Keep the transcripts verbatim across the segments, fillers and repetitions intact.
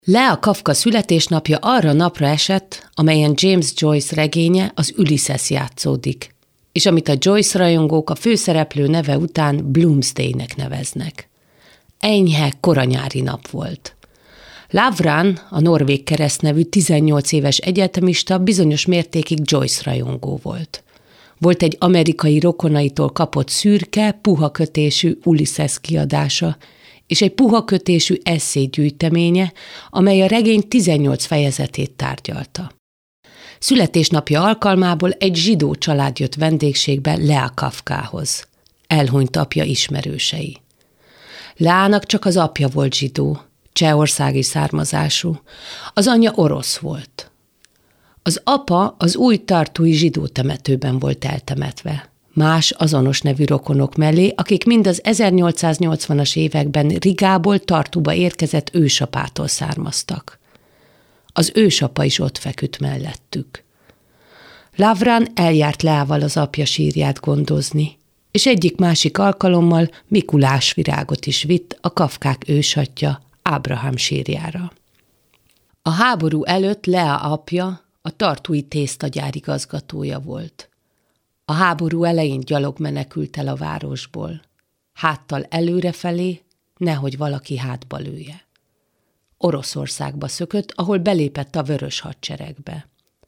Lea Kafka születésnapja arra napra esett, amelyen James Joyce regénye, az Ulysses játszódik, és amit a Joyce rajongók a főszereplő neve után Bloomsday-nek neveznek. Enyhe, koranyári nap volt. Lavran, a norvég keresztnevű tizennyolc éves egyetemista bizonyos mértékig Joyce rajongó volt. Volt egy amerikai rokonaitól kapott szürke, puha kötésű Ulysses kiadása, és egy puha kötésű esszégyűjteménye, amely a regény tizennyolc fejezetét tárgyalta. Születésnapja alkalmából egy zsidó család jött vendégségbe Lea Kafkához. Elhunyt apja ismerősei. Leának csak az apja volt zsidó, csehországi származású, az anyja orosz volt. Az apa az új tartui zsidó temetőben volt eltemetve, más azonos nevű rokonok mellé, akik mind az ezernyolcszáznyolcvanas években Rigából Tartuba érkezett ősapától származtak. Az ősapa is ott feküdt mellettük. Lavran eljárt Leával az apja sírját gondozni, és egyik-másik alkalommal Mikulás virágot is vitt a Kafkák ősatja Ábrahám sírjára. A háború előtt Lea apja a tartui tésztagyár igazgatója volt. A háború elején gyalog menekült el a városból. Háttal előrefelé, nehogy valaki hátba lője. Oroszországba szökött, ahol belépett a vörös hadseregbe.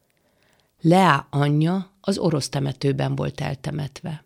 Lea anyja az orosz temetőben volt eltemetve.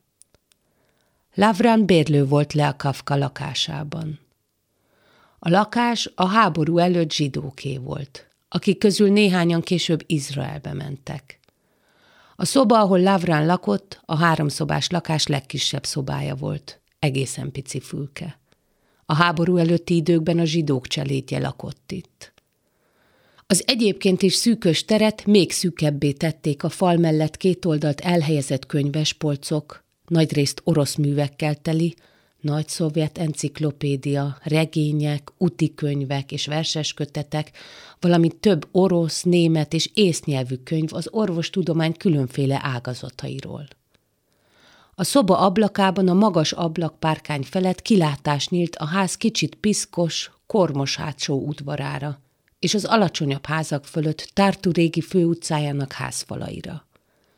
Lavran bérlő volt Lea Kafka lakásában. A lakás a háború előtt zsidóké volt, akik közül néhányan később Izraelbe mentek. A szoba, ahol Lavran lakott, a háromszobás lakás legkisebb szobája volt, egészen pici fülke. A háború előtti időkben a zsidók cselédje lakott itt. Az egyébként is szűkös teret még szűkebbé tették a fal mellett két oldalt elhelyezett könyvespolcok, nagyrészt orosz művekkel teli, nagy szovjet enciklopédia, regények, útikönyvek és verseskötetek, valamint több orosz, német és ész nyelvű könyv az orvostudomány különféle ágazatairól. A szoba ablakában a magas ablakpárkány felett kilátás nyílt a ház kicsit piszkos, kormos hátsó udvarára, és az alacsonyabb házak fölött Tartu régi főutcájának házfalaira.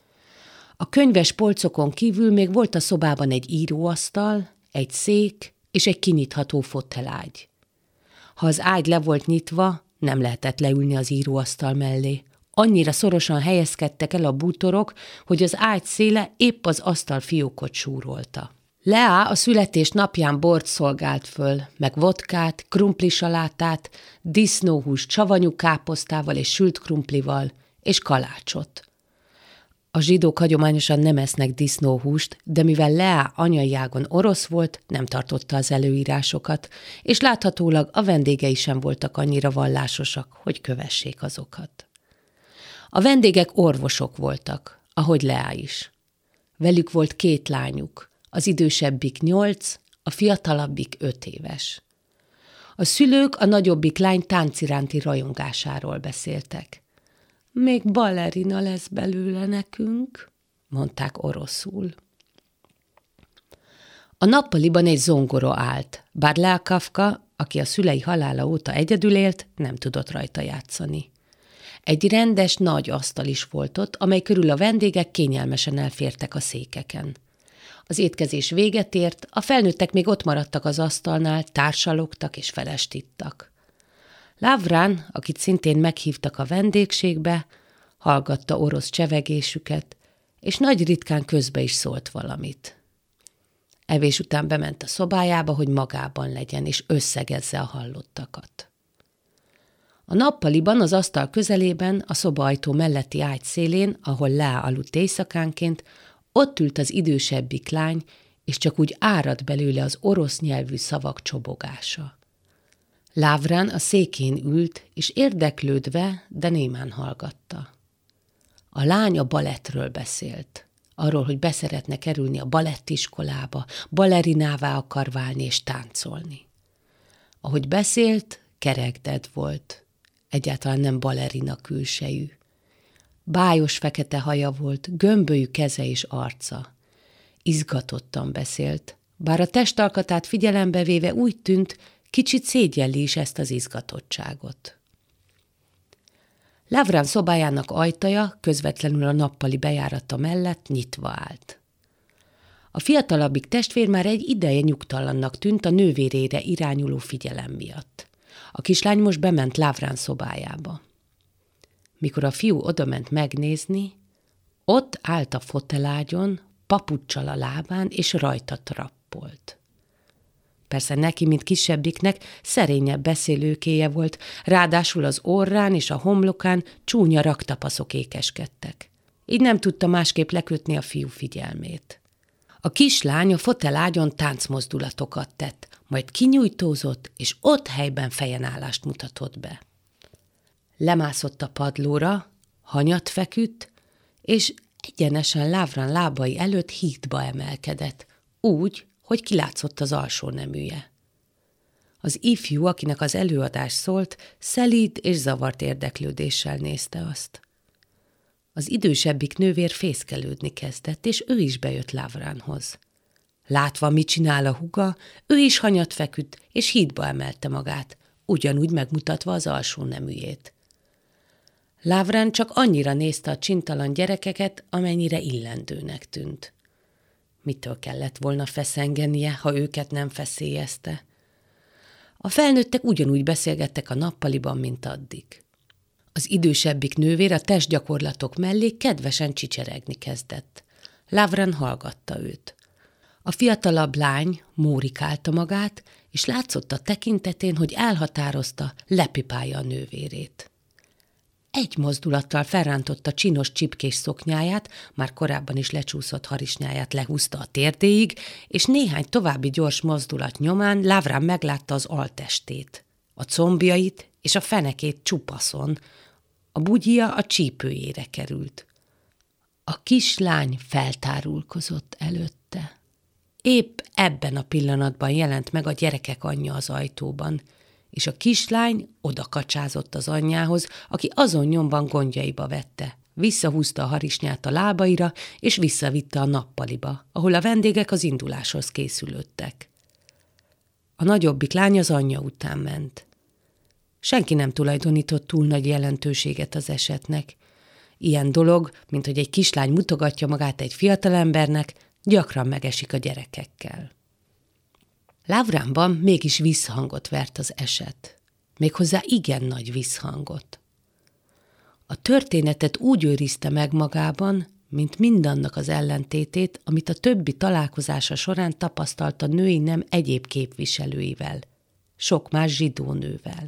A könyves polcokon kívül még volt a szobában egy íróasztal, egy szék és egy kinyitható fotelágy. Ha az ágy le volt nyitva, nem lehetett leülni az íróasztal mellé. Annyira szorosan helyezkedtek el a bútorok, hogy az ágy széle épp az asztal fiókot súrolta. Lea a születés napján bort szolgált föl, meg vodkát, krumplisalátát, disznóhús savanyú káposztával és sült krumplival, és kalácsot. A zsidók hagyományosan nem esznek disznóhúst, de mivel Lea anyai ágon orosz volt, nem tartotta az előírásokat, és láthatólag a vendégei sem voltak annyira vallásosak, hogy kövessék azokat. A vendégek orvosok voltak, ahogy Lea is. Velük volt két lányuk, az idősebbik nyolc, a fiatalabbik öt éves. A szülők a nagyobbik lány tánc iránti rajongásáról beszéltek. Még balerina lesz belőle nekünk, mondták oroszul. A nappaliban egy zongora állt, bár Lea Kafka, aki a szülei halála óta egyedül élt, nem tudott rajta játszani. Egy rendes, nagy asztal is volt ott, amely körül a vendégek kényelmesen elfértek a székeken. Az étkezés véget ért, a felnőttek még ott maradtak az asztalnál, társalogtak és felestittak. Lavran, akit szintén meghívtak a vendégségbe, hallgatta orosz csevegésüket, és nagy ritkán közbe is szólt valamit. Evés után bement a szobájába, hogy magában legyen, és összegezze a hallottakat. A nappaliban az asztal közelében, a szobaajtó melletti ágy szélén, ahol Lea aludt éjszakánként, ott ült az idősebbik lány, és csak úgy árad belőle az orosz nyelvű szavak csobogása. Lavran a székén ült, és érdeklődve, de némán hallgatta. A lány a balettről beszélt. Arról, hogy beszeretne kerülni a balettiskolába, balerinává akar válni és táncolni. Ahogy beszélt, kerekded volt. Egyáltalán nem balerina külsejű. Bájos fekete haja volt, gömbölyű keze és arca. Izgatottan beszélt, bár a testalkatát figyelembe véve úgy tűnt, kicsit szégyelli is ezt az izgatottságot. Lavran szobájának ajtaja közvetlenül a nappali bejárata mellett nyitva állt. A fiatalabbik testvér már egy ideje nyugtalannak tűnt a nővérére irányuló figyelem miatt. A kislány most bement Lavran szobájába. Mikor a fiú odament megnézni, ott állt a fotelágyon, papuccsal a lábán, és rajta trappolt. Persze neki, mint kisebbiknek, szerényebb beszélőkéje volt, ráadásul az orrán és a homlokán csúnya raktapaszok ékeskedtek. Így nem tudta másképp lekötni a fiú figyelmét. A kislány a fotelágyon táncmozdulatokat tett, majd kinyújtózott, és ott helyben fejenállást mutatott be. Lemászott a padlóra, hanyat feküdt, és egyenesen Lavran lábai előtt hídba emelkedett, úgy, hogy kilátszott az alsó neműje. Az ifjú, akinek az előadás szólt, szelíd és zavart érdeklődéssel nézte azt. Az idősebbik nővér fészkelődni kezdett, és ő is bejött Lavranhoz. Látva, mit csinál a húga, ő is hanyat feküdt, és hídba emelte magát, ugyanúgy megmutatva az alsó neműjét. Lavran csak annyira nézte a csintalan gyerekeket, amennyire illendőnek tűnt. Mitől kellett volna feszengenie, ha őket nem feszélyezte? A felnőttek ugyanúgy beszélgettek a nappaliban, mint addig. Az idősebbik nővér a testgyakorlatok mellé kedvesen csicseregni kezdett. Lavran hallgatta őt. A fiatalabb lány mórikálta magát, és látszott a tekintetén, hogy elhatározta, lepipálja a nővérét. Egy mozdulattal felrántotta csinos csipkés szoknyáját, már korábban is lecsúszott harisnyáját lehúzta a térdéig, és néhány további gyors mozdulat nyomán Lavran meglátta az altestét, a combjait és a fenekét csupaszon, a bugyija a csípőjére került. A kislány feltárulkozott előtte. Épp ebben a pillanatban jelent meg a gyerekek anyja az ajtóban, és a kislány odakacsázott az anyjához, aki azon nyomban gondjaiba vette. Visszahúzta a harisnyát a lábaira, és visszavitte a nappaliba, ahol a vendégek az induláshoz készülődtek. A nagyobbik lány az anyja után ment. Senki nem tulajdonított túl nagy jelentőséget az esetnek. Ilyen dolog, mint hogy egy kislány mutogatja magát egy fiatalembernek, gyakran megesik a gyerekekkel. Lavranban mégis visszhangot vert az eset. Méghozzá igen nagy visszhangot. A történetet úgy őrizte meg magában, mint mindannak az ellentétét, amit a többi találkozása során tapasztalt a női nem egyéb képviselőivel, sok más zsidó nővel.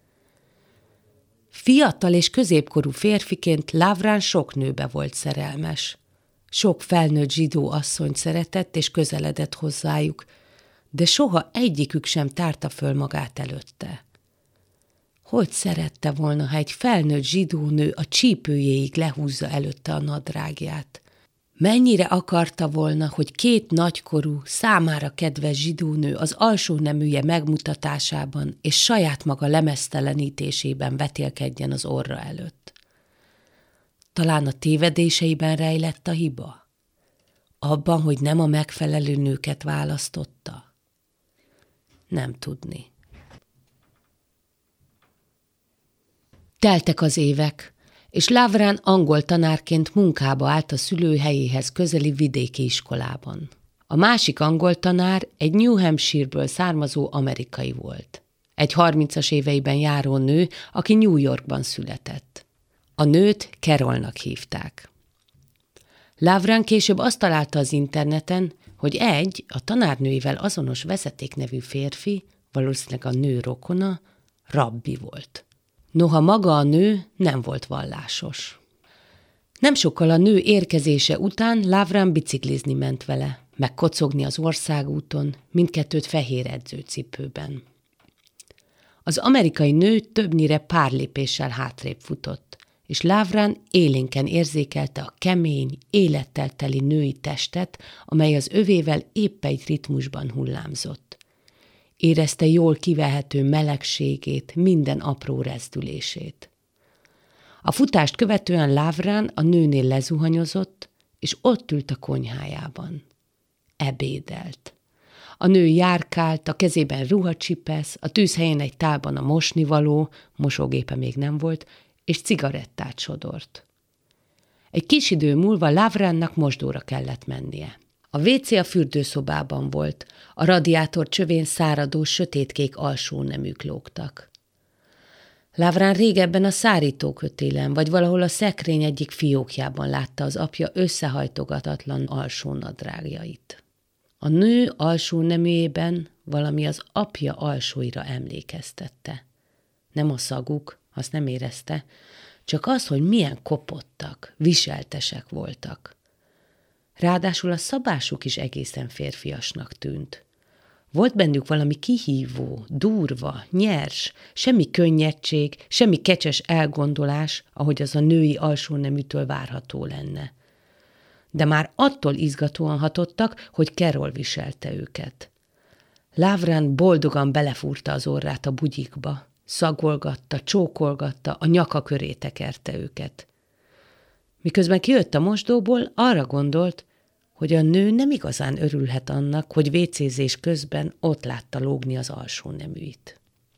Fiatal és középkorú férfiként Lavran sok nőbe volt szerelmes. Sok felnőtt zsidó asszonyt szeretett és közeledett hozzájuk, de soha egyikük sem tárta föl magát előtte. Hogy szerette volna, ha egy felnőtt zsidó nő a csípőjéig lehúzza előtte a nadrágját? Mennyire akarta volna, hogy két nagykorú, számára kedves zsidó nő az alsó neműje megmutatásában és saját maga lemeztelenítésében vetélkedjen az orra előtt? Talán a tévedéseiben rejlett a hiba? Abban, hogy nem a megfelelő nőket választotta? Nem tudni. Teltek az évek, és Lavran angol tanárként munkába állt a szülőhelyéhez közeli vidéki iskolában. A másik angol tanár egy New Hampshire-ből származó amerikai volt. Egy harmincas éveiben járó nő, aki New Yorkban született. A nőt Carolnak hívták. Lavran később azt találta az interneten, hogy egy, a tanárnőivel azonos Vezeték nevű férfi, valószínűleg a nő rokona, rabbi volt. Noha maga a nő nem volt vallásos. Nem sokkal a nő érkezése után Lavran biciklizni ment vele, meg kocogni az országúton, mindkettőt fehér edzőcipőben. Az amerikai nő többnyire pár lépéssel hátrébb futott, és Lavran élénken érzékelte a kemény, élettel teli női testet, amely az övével épp egy ritmusban hullámzott. Érezte jól kivehető melegségét, minden apró rezdülését. A futást követően Lavran a nőnél lezuhanyozott, és ott ült a konyhájában. Ebédelt. A nő járkált, a kezében ruhacsipesz, a tűzhelyén egy tálban a mosnivaló, mosógépe még nem volt, és cigarettát sodort. Egy kis idő múlva Lavrannak mosdóra kellett mennie. A vécé a fürdőszobában volt, a radiátor csövén száradó, sötétkék alsóneműk lógtak. Lavran régebben a szárítókötélen, vagy valahol a szekrény egyik fiókjában látta az apja összehajtogatatlan alsónadrágjait. A nő alsóneműjében valami az apja alsóira emlékeztette. Nem a szaguk, azt nem érezte, csak az, hogy milyen kopottak, viseltesek voltak. Ráadásul a szabásuk is egészen férfiasnak tűnt. Volt bennük valami kihívó, durva, nyers, semmi könnyedség, semmi kecses elgondolás, ahogy az a női alsóneműtől várható lenne. De már attól izgatóan hatottak, hogy Carol viselte őket. Lavran boldogan belefúrta az orrát a bugyikba, szagolgatta, csókolgatta, a nyaka köré tekerte őket. Miközben kijött a mosdóból, arra gondolt, hogy a nő nem igazán örülhet annak, hogy vécézés közben ott látta lógni az alsóneműit.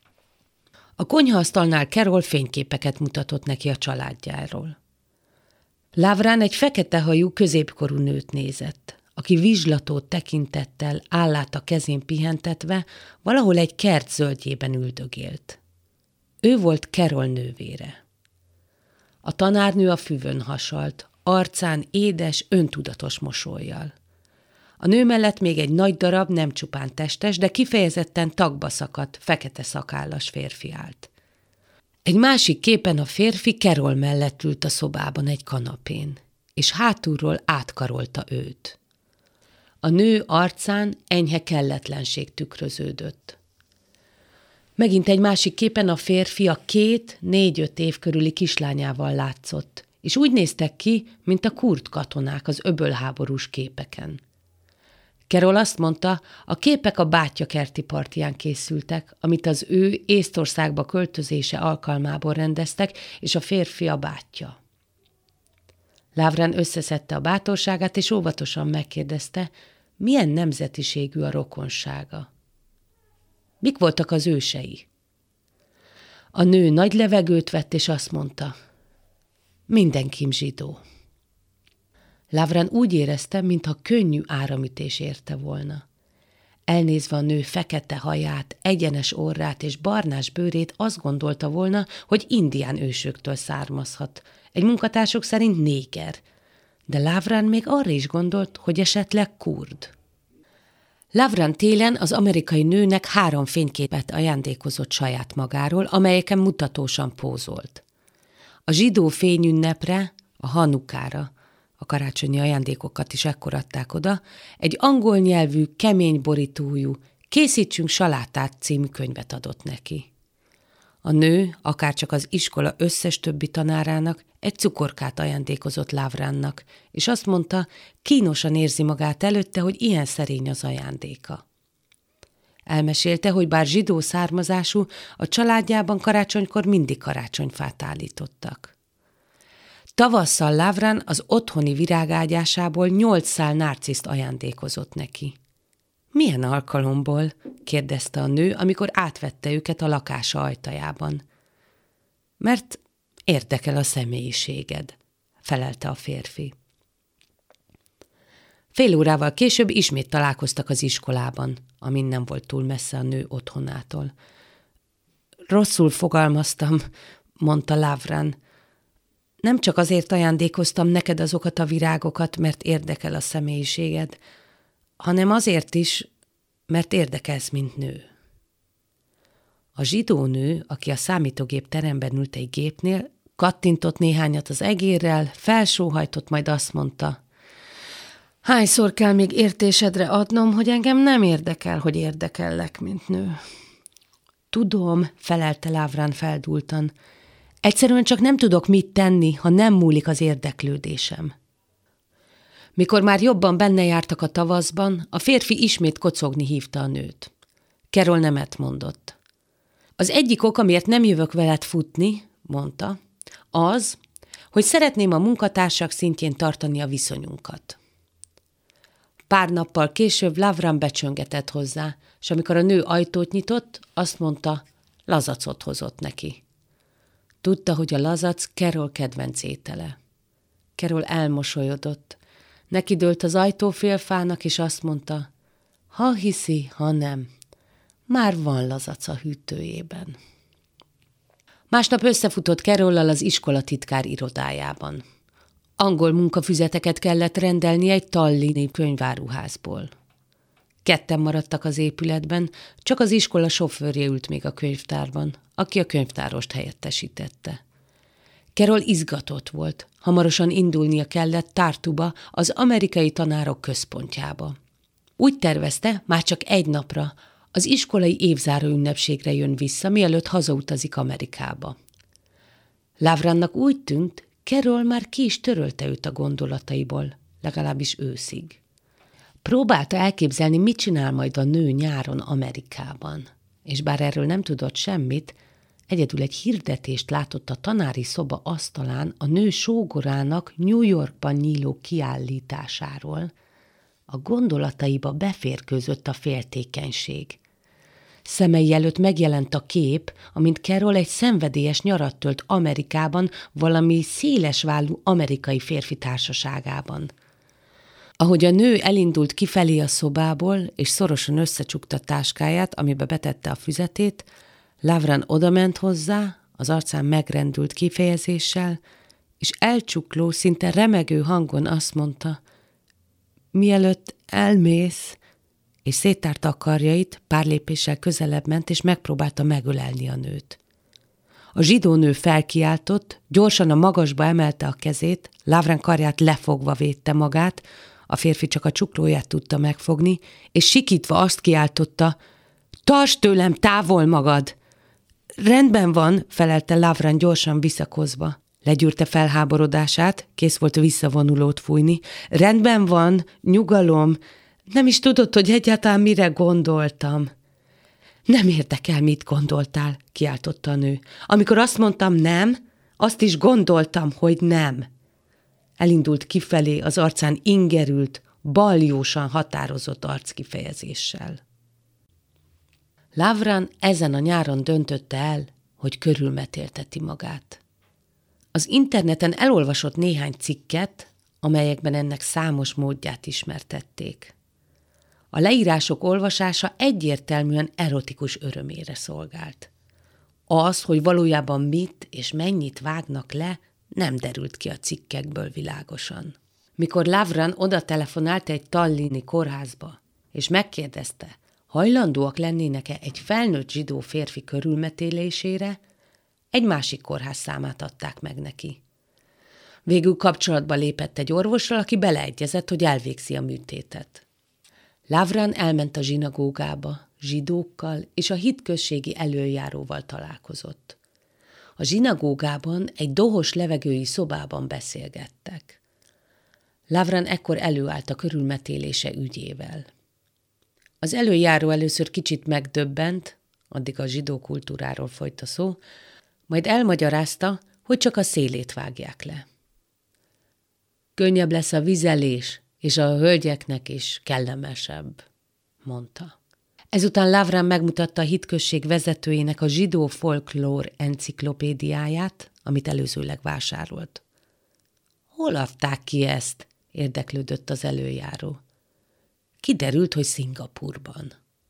A konyhaasztalnál Carol fényképeket mutatott neki a családjáról. Lavran egy fekete hajú, középkorú nőt nézett, aki vizslató tekintettel, állát a kezén pihentetve, valahol egy kert zöldjében üldögélt. Ő volt Carol nővére. A tanárnő a füvön hasalt, arcán édes, öntudatos mosollyal. A nő mellett még egy nagy darab, nem csupán testes, de kifejezetten tagba szakadt, fekete szakállas férfi állt. Egy másik képen a férfi Carol mellett ült a szobában egy kanapén, és hátulról átkarolta őt. A nő arcán enyhe kelletlenség tükröződött. Megint egy másik képen a férfi a két, négy-öt év körüli kislányával látszott, és úgy néztek ki, mint a kurd katonák az öbölháborús képeken. Carol azt mondta, a képek a bátyjakerti partján készültek, amit az ő Észtországba költözése alkalmából rendeztek, és a férfi a bátyja. Lavran összeszedte a bátorságát, és óvatosan megkérdezte, milyen nemzetiségű a rokonsága. Mik voltak az ősei? A nő nagy levegőt vett, és azt mondta, mindenkim zsidó. Lavran úgy érezte, mintha könnyű áramütés érte volna. Elnézve a nő fekete haját, egyenes orrát és barnás bőrét, azt gondolta volna, hogy indián ősöktől származhat. Egy munkatársuk szerint néger. De Lavran még arra is gondolt, hogy esetleg kurd. Lavran télen az amerikai nőnek három fényképet ajándékozott saját magáról, amelyeken mutatósan pózolt. A zsidó fényünnepre, a Hanukára, a karácsonyi ajándékokat is ekkor adták oda, egy angol nyelvű, kemény borítójú Készítsünk salátát című könyvet adott neki. A nő, akárcsak az iskola összes többi tanárának egy cukorkát ajándékozott Lavrannak, és azt mondta, kínosan érzi magát előtte, hogy ilyen szerény az ajándéka. Elmesélte, hogy bár zsidó származású, a családjában karácsonykor mindig karácsonyfát állítottak. Tavasszal Lavran az otthoni virágágyásából nyolc szál nárciszt ajándékozott neki. Milyen alkalomból? Kérdezte a nő, amikor átvette őket a lakása ajtajában. Mert érdekel a személyiséged, felelte a férfi. Fél órával később ismét találkoztak az iskolában, amin nem volt túl messze a nő otthonától. Rosszul fogalmaztam, mondta Lavran. Nem csak azért ajándékoztam neked azokat a virágokat, mert érdekel a személyiséged, hanem azért is, mert érdekelsz, mint nő. A zsidó nő, aki a számítógép teremben ült egy gépnél, kattintott néhányat az egérrel, felsóhajtott, majd azt mondta, hányszor kell még értésedre adnom, hogy engem nem érdekel, hogy érdekellek, mint nő. Tudom, felelte Lavran feldúltan, egyszerűen csak nem tudok mit tenni, ha nem múlik az érdeklődésem. Mikor már jobban benne jártak a tavaszban, a férfi ismét kocogni hívta a nőt. Carol nemet mondott. Az egyik ok, amiért nem jövök veled futni, mondta, az, hogy szeretném a munkatársak szintjén tartani a viszonyunkat. Pár nappal később Lavran becsöngetett hozzá, és amikor a nő ajtót nyitott, azt mondta, lazacot hozott neki. Tudta, hogy a lazac Carol kedvenc étele. Carol elmosolyodott. Nekidőlt az ajtófélfának, és azt mondta, ha hiszi, ha nem, már van lazac a hűtőjében. Másnap összefutott Carollal az iskola titkár irodájában. Angol munkafüzeteket kellett rendelni egy tallini könyváruházból. Ketten maradtak az épületben, csak az iskola sofőrje ült még a könyvtárban, aki a könyvtárost helyettesítette. Carol izgatott volt, hamarosan indulnia kellett Tartuba, az amerikai tanárok központjába. Úgy tervezte, már csak egy napra, az iskolai évzáró ünnepségre jön vissza, mielőtt hazautazik Amerikába. Lavrannak úgy tűnt, Carol már ki is törölte őt a gondolataiból, legalábbis őszig. Próbálta elképzelni, mit csinál majd a nő nyáron Amerikában, és bár erről nem tudott semmit, egyedül egy hirdetést látott a tanári szoba asztalán a nő sógorának New Yorkban nyíló kiállításáról. A gondolataiba beférkőzött a féltékenység. Szemei előtt megjelent a kép, amint Carol egy szenvedélyes nyarat tölt Amerikában, valami szélesvállú amerikai férfi társaságában. Ahogy a nő elindult kifelé a szobából, és szorosan összecsukta táskáját, amibe betette a füzetét, Lavran odament hozzá, az arcán megrendült kifejezéssel, és elcsukló, szinte remegő hangon azt mondta, mielőtt elmész, és széttárta a karjait, pár lépéssel közelebb ment, és megpróbálta megölelni a nőt. A zsidó nő felkiáltott, gyorsan a magasba emelte a kezét, Lavran karját lefogva védte magát, a férfi csak a csuklóját tudta megfogni, és sikítva azt kiáltotta, tartsd tőlem távol magad! Rendben van, felelte Lavran gyorsan visszakozva. Legyűrte felháborodását, kész volt visszavonulót fújni. Rendben van, nyugalom, nem is tudod, hogy egyáltalán mire gondoltam. Nem érdekel, mit gondoltál, kiáltotta a nő. Amikor azt mondtam nem, azt is gondoltam, hogy nem. Elindult kifelé, az arcán ingerült, baljósan határozott arckifejezéssel. Lavran ezen a nyáron döntötte el, hogy körülmetélteti magát. Az interneten elolvasott néhány cikket, amelyekben ennek számos módját ismertették. A leírások olvasása egyértelműen erotikus örömére szolgált. Az, hogy valójában mit és mennyit vágnak le, nem derült ki a cikkekből világosan. Mikor Lavran oda telefonált egy tallini kórházba, és megkérdezte, hajlandóak lennének-e egy felnőtt zsidó férfi körülmetélésére, egy másik kórház számát adták meg neki. Végül kapcsolatba lépett egy orvossal, aki beleegyezett, hogy elvégzi a műtétet. Lavran elment a zsinagógába, zsidókkal és a hitközségi elöljáróval találkozott. A zsinagógában egy dohos levegői szobában beszélgettek. Lavran ekkor előállt a körülmetélése ügyével. Az előjáró először kicsit megdöbbent, addig a zsidó kultúráról folyt a szó, majd elmagyarázta, hogy csak a szélét vágják le. Könnyebb lesz a vizelés, és a hölgyeknek is kellemesebb, mondta. Ezután Lavran megmutatta a hitközség vezetőjének a zsidó folklór enciklopédiáját, amit előzőleg vásárolt. Hol adták ki ezt? Érdeklődött az előjáró. Kiderült, hogy Szingapurban.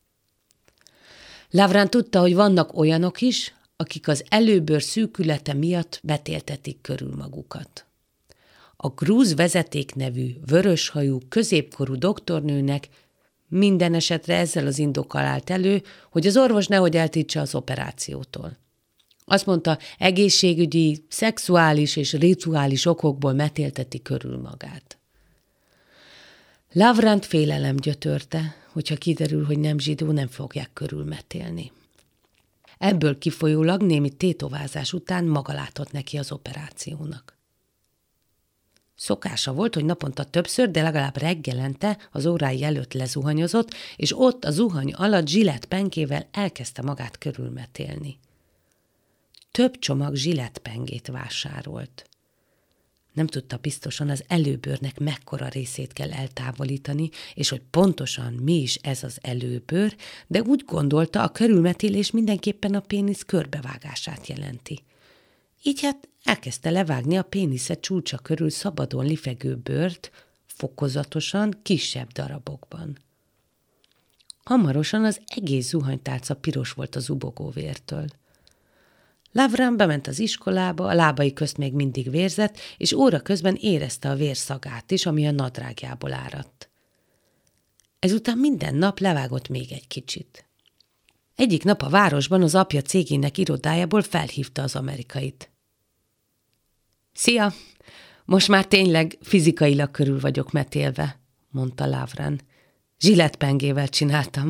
Lavran tudta, hogy vannak olyanok is, akik az előbőr szűkülete miatt betéltetik körül magukat. A grúz vezeték nevű, vöröshajú, középkorú doktornőnek minden esetre ezzel az indokkal állt elő, hogy az orvos nehogy eltiltsa az operációtól. Azt mondta, egészségügyi, szexuális és rituális okokból metélteti körül magát. Lavrant félelem gyötörte, hogyha kiderül, hogy nem zsidó, nem fogják körülmetélni. Ebből kifolyólag némi tétovázás után maga látott neki az operációnak. Szokása volt, hogy naponta többször, de legalább reggelente az órái előtt lezuhanyozott, és ott a zuhany alatt zsilettpenkével elkezdte magát körülmetélni. Több csomag zsilettpengét vásárolt. Nem tudta biztosan, az előbőrnek mekkora részét kell eltávolítani, és hogy pontosan mi is ez az előbőr, de úgy gondolta, a körülmetélés mindenképpen a pénisz körbevágását jelenti. Így hát elkezdte levágni a pénisze csúcsa körül szabadon lifegő bőrt, fokozatosan, kisebb darabokban. Hamarosan az egész zuhanytálca piros volt az ubogó vértől. Lavran bement az iskolába, a lábai közt még mindig vérzett, és óra közben érezte a vér szagát is, ami a nadrágjából áradt. Ezután minden nap levágott még egy kicsit. Egyik nap a városban az apja cégének irodájából felhívta az amerikait. Szia! Most már tényleg fizikailag körül vagyok metélve, mondta Lavran. Zsilettpengével csináltam.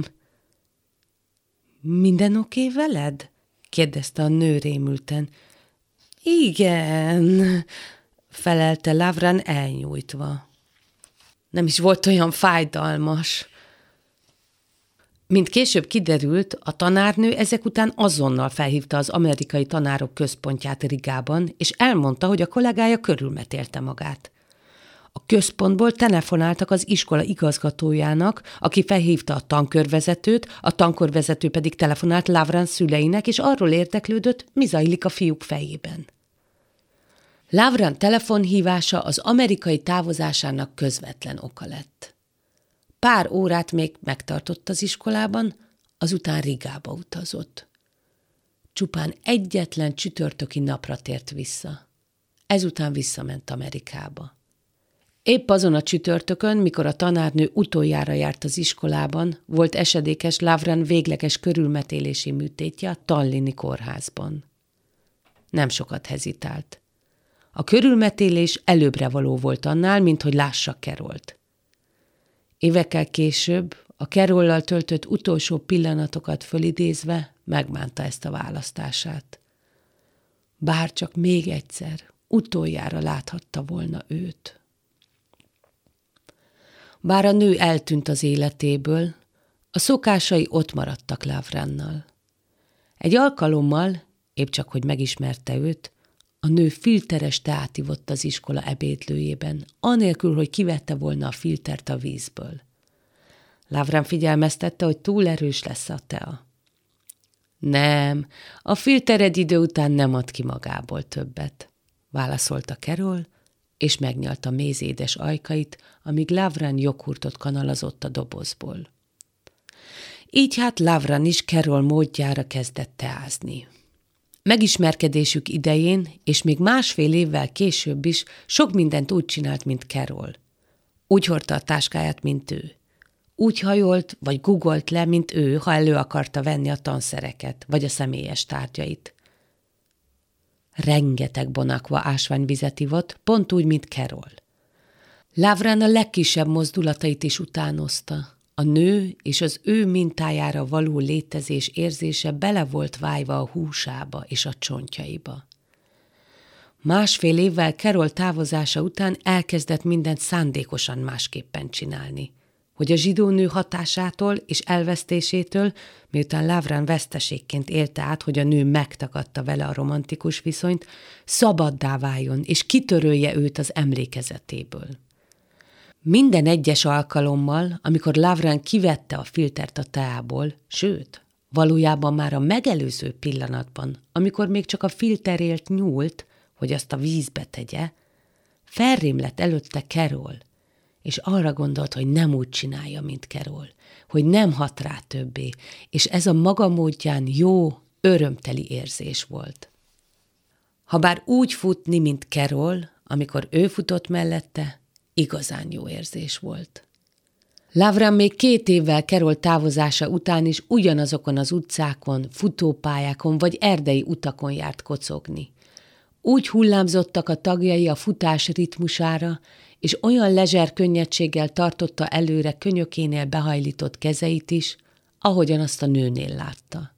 Minden oké veled? kérdezte a nő rémülten. Igen, felelte Lavran elnyújtva. Nem is volt olyan fájdalmas. Mint később kiderült, a tanárnő ezek után azonnal felhívta az amerikai tanárok központját Rigában, és elmondta, hogy a kollégája körülmetélte magát. A központból telefonáltak az iskola igazgatójának, aki felhívta a tankörvezetőt, a tankörvezető pedig telefonált Lavran szüleinek, és arról érdeklődött, mi zajlik a fiúk fejében. Lavran telefonhívása az amerikai távozásának közvetlen oka lett. Pár órát még megtartott az iskolában, azután Rigába utazott. Csupán egyetlen csütörtöki napra tért vissza. Ezután visszament Amerikába. Épp azon a csütörtökön, mikor a tanárnő utoljára járt az iskolában, volt esedékes Lavran végleges körülmetélési műtétje a Tallini kórházban. Nem sokat hezitált. A körülmetélés előbbre való volt annál, mint hogy lássa Carolt. Évekkel később, a Carollal töltött utolsó pillanatokat fölidézve megmánta ezt a választását. Bár csak még egyszer, utoljára láthatta volna őt. Bár a nő eltűnt az életéből, a szokásai ott maradtak Lavrannal. Egy alkalommal, épp csak hogy megismerte őt, a nő filteres teát ivott az iskola ebédlőjében, anélkül, hogy kivette volna a filtert a vízből. Lavran figyelmeztette, hogy túl erős lesz a tea. Nem, a filter egy idő után nem ad ki magából többet, válaszolta Carol, és megnyalta mézédes ajkait, amíg Lavran joghurtot kanalazott a dobozból. Így hát Lavran is Carol módjára kezdett teázni. Megismerkedésük idején, és még másfél évvel később is sok mindent úgy csinált, mint Carol. Úgy hordta a táskáját, mint ő. Úgy hajolt, vagy guggolt le, mint ő, ha elő akarta venni a tanszereket, vagy a személyes tárgyait. Rengeteg bonakva ásványvizet ivott, pont úgy, mint Carol. Lavran a legkisebb mozdulatait is utánozta. A nő és az ő mintájára való létezés érzése bele volt vájva a húsába és a csontjaiba. Másfél évvel Carol távozása után elkezdett mindent szándékosan másképpen csinálni, hogy a zsidó nő hatásától és elvesztésétől, miután Lavran veszteségként élte át, hogy a nő megtagadta vele a romantikus viszonyt, szabaddá váljon és kitörölje őt az emlékezetéből. Minden egyes alkalommal, amikor Lavran kivette a filtert a teából, sőt, valójában már a megelőző pillanatban, amikor még csak a filterért nyúlt, hogy azt a vízbe tegye, felrém lett előtte Carol, és arra gondolt, hogy nem úgy csinálja, mint Carol, hogy nem hat rá többé, és ez a maga módján jó, örömteli érzés volt. Habár úgy futni, mint Carol, amikor ő futott mellette, igazán jó érzés volt. Lavran még két évvel Carol távozása után is ugyanazokon az utcákon, futópályákon vagy erdei utakon járt kocogni. Úgy hullámzottak a tagjai a futás ritmusára, és olyan lezser könnyedséggel tartotta előre könyökénél behajlított kezeit is, ahogyan azt a nőnél látta.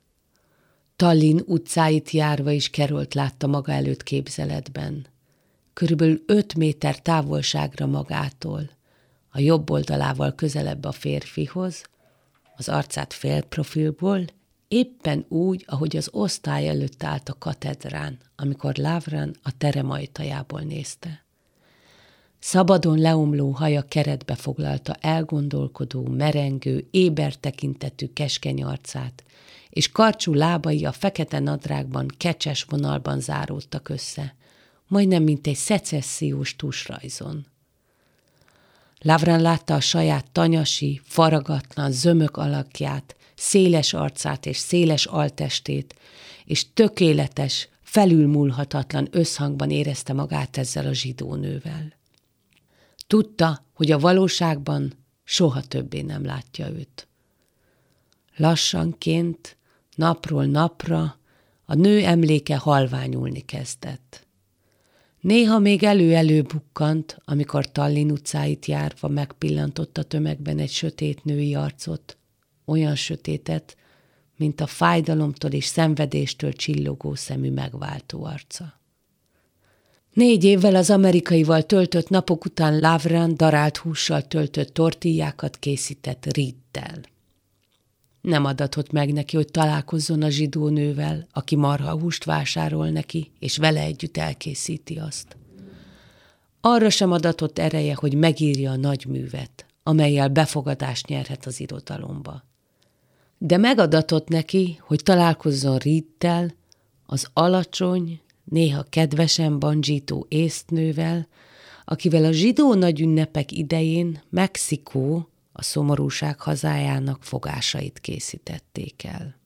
Tallinn utcáit járva is Carolt látta maga előtt képzeletben. Körülbelül öt méter távolságra magától, a jobb oldalával közelebb a férfihoz, az arcát félprofilból, éppen úgy, ahogy az osztály előtt állt a katedrán, amikor Lavran a terem ajtajából nézte. Szabadon leomló haja keretbe foglalta elgondolkodó, merengő, éber tekintetű keskeny arcát, és karcsú lábai a fekete nadrágban kecses vonalban záródtak össze, majdnem mint egy szecessziós tusrajzon. Lavran látta a saját tanyasi, faragatlan, zömök alakját, széles arcát és széles altestét, és tökéletes, felülmúlhatatlan összhangban érezte magát ezzel a zsidó nővel. Tudta, hogy a valóságban soha többé nem látja őt. Lassanként, napról napra a nő emléke halványulni kezdett. Néha még elő-elő bukkant, amikor Tallinn utcáit járva megpillantott a tömegben egy sötét női arcot, olyan sötétet, mint a fájdalomtól és szenvedéstől csillogó szemű megváltó arca. Négy évvel az amerikaival töltött napok után Lavran darált hússal töltött tortillákat készített Reedtel. Nem adatott meg neki, hogy találkozzon a zsidó nővel, aki marhahúst vásárol neki, és vele együtt elkészíti azt. Arra sem adatott ereje, hogy megírja a nagy művet, amellyel befogadást nyerhet az irodalomba. De megadatott neki, hogy találkozzon Reedtel, az alacsony, néha kedvesen bandzsító észnővel, akivel a zsidó nagyünnepek idején Mexikó, a szomorúság hazájának fogásait készítették el.